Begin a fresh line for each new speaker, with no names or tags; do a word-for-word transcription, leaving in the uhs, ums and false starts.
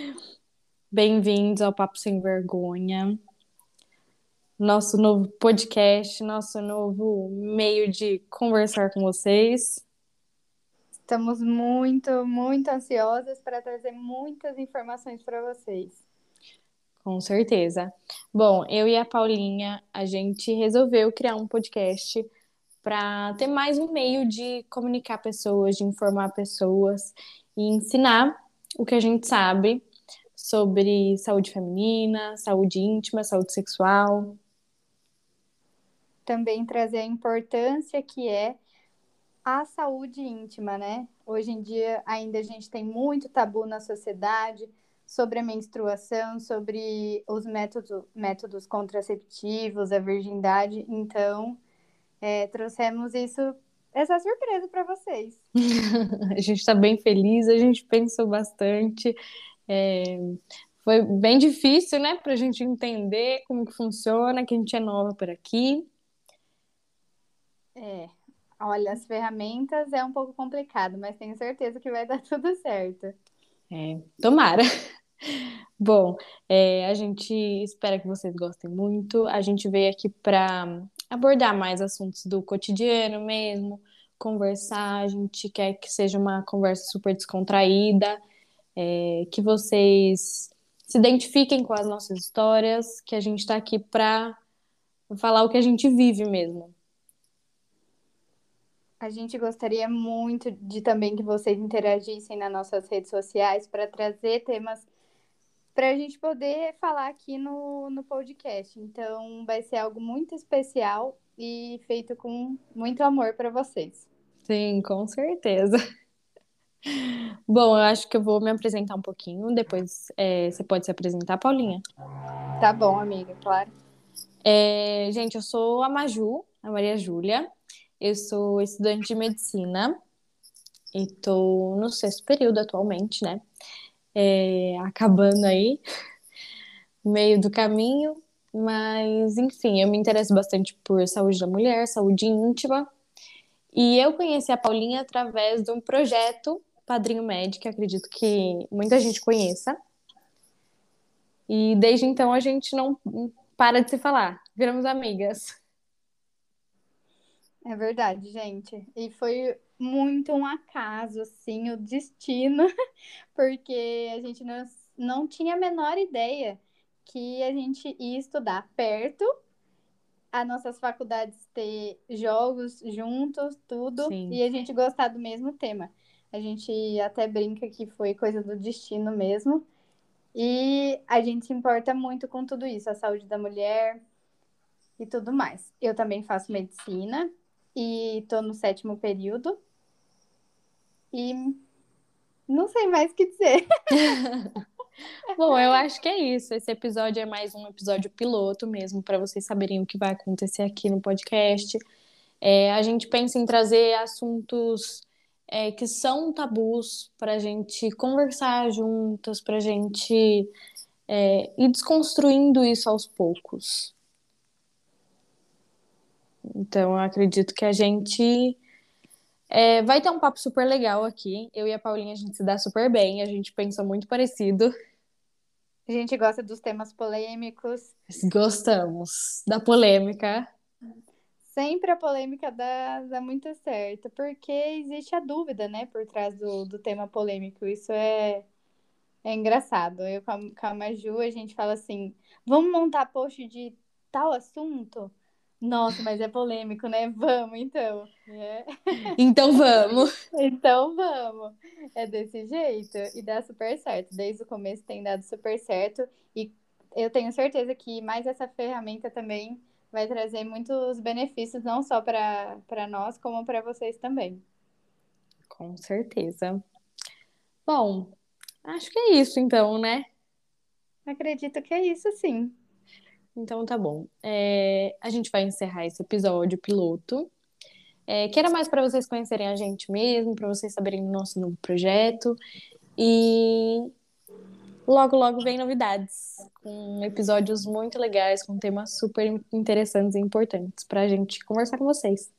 Bem-vindos ao Papo Sem Vergonha, nosso novo podcast, nosso novo meio de conversar com vocês.
Estamos muito, muito ansiosas para trazer muitas informações para vocês.
Com certeza. Bom, eu e a Paulinha, a gente resolveu criar um podcast para ter mais um meio de comunicar pessoas, de informar pessoas e ensinar o que a gente sabe sobre saúde feminina, saúde íntima, saúde sexual.
Também trazer a importância que é a saúde íntima, né? Hoje em dia ainda a gente tem muito tabu na sociedade sobre a menstruação, sobre os métodos, métodos contraceptivos, a virgindade. Então, é, trouxemos isso, essa surpresa para vocês.
A gente está bem feliz, a gente pensou bastante. É, foi bem difícil, né, para a gente entender como que funciona, que a gente é nova por aqui.
É, olha, as ferramentas é um pouco complicado, mas tenho certeza que vai dar tudo certo.
É, tomara. Bom, é, a gente espera que vocês gostem muito. A gente veio aqui para abordar mais assuntos do cotidiano mesmo, conversar. A gente quer que seja uma conversa super descontraída, é, que vocês se identifiquem com as nossas histórias, que a gente está aqui para falar o que a gente vive mesmo.
A gente gostaria muito de também que vocês interagissem nas nossas redes sociais para trazer temas para a gente poder falar aqui no, no podcast. Então, vai ser algo muito especial e feito com muito amor para vocês.
Sim, com certeza. Bom, eu acho que eu vou me apresentar um pouquinho, depois é, você pode se apresentar, Paulinha.
Tá bom, amiga, claro.
É, gente, eu sou a Maju, a Maria Júlia. Eu sou estudante de medicina e tô no sexto período atualmente, né? É, acabando aí, meio do caminho. Mas, enfim, eu me interesso bastante por saúde da mulher, saúde íntima. E eu conheci a Paulinha através de um projeto Padrinho Médico, que acredito que muita gente conheça. E desde então a gente não para de se falar, viramos amigas.
É verdade, gente. E foi muito um acaso, assim, o destino, porque a gente não, não tinha a menor ideia que a gente ia estudar perto, as nossas faculdades ter jogos juntos, tudo,
Sim,
e a gente gostar do mesmo tema. A gente até brinca que foi coisa do destino mesmo. E a gente se importa muito com tudo isso, a saúde da mulher e tudo mais. Eu também faço medicina e tô no sétimo período e não sei mais o que dizer.
bom, eu acho que é isso. Esse episódio é mais um episódio piloto mesmo, para vocês saberem o que vai acontecer aqui no podcast. É, a gente pensa em trazer assuntos é, que são tabus para a gente conversar juntas, para a gente é, ir desconstruindo isso aos poucos. Então, eu acredito que a gente é, vai ter um papo super legal aqui. Eu e a Paulinha, a gente se dá super bem, a gente pensa muito parecido.
A gente gosta dos temas polêmicos.
Gostamos da polêmica.
Sempre a polêmica dá, dá muito certo, porque existe a dúvida, né, por trás do, do tema polêmico. Isso é, é engraçado. Eu com a, com a Maju, a gente fala assim: vamos montar post de tal assunto? Nossa, mas é polêmico, né? Vamos, então. É.
Então vamos.
Então vamos. É desse jeito. E dá super certo. Desde o começo tem dado super certo. E eu tenho certeza que mais essa ferramenta também vai trazer muitos benefícios, não só para para nós, como para vocês também.
Com certeza. Bom, acho que é isso então, né?
Acredito que é isso, sim.
Então tá bom. É, a gente vai encerrar esse episódio piloto. É, que era mais para vocês conhecerem a gente mesmo, para vocês saberem do nosso novo projeto. E logo, logo vem novidades, com episódios muito legais, com temas super interessantes e importantes para a gente conversar com vocês.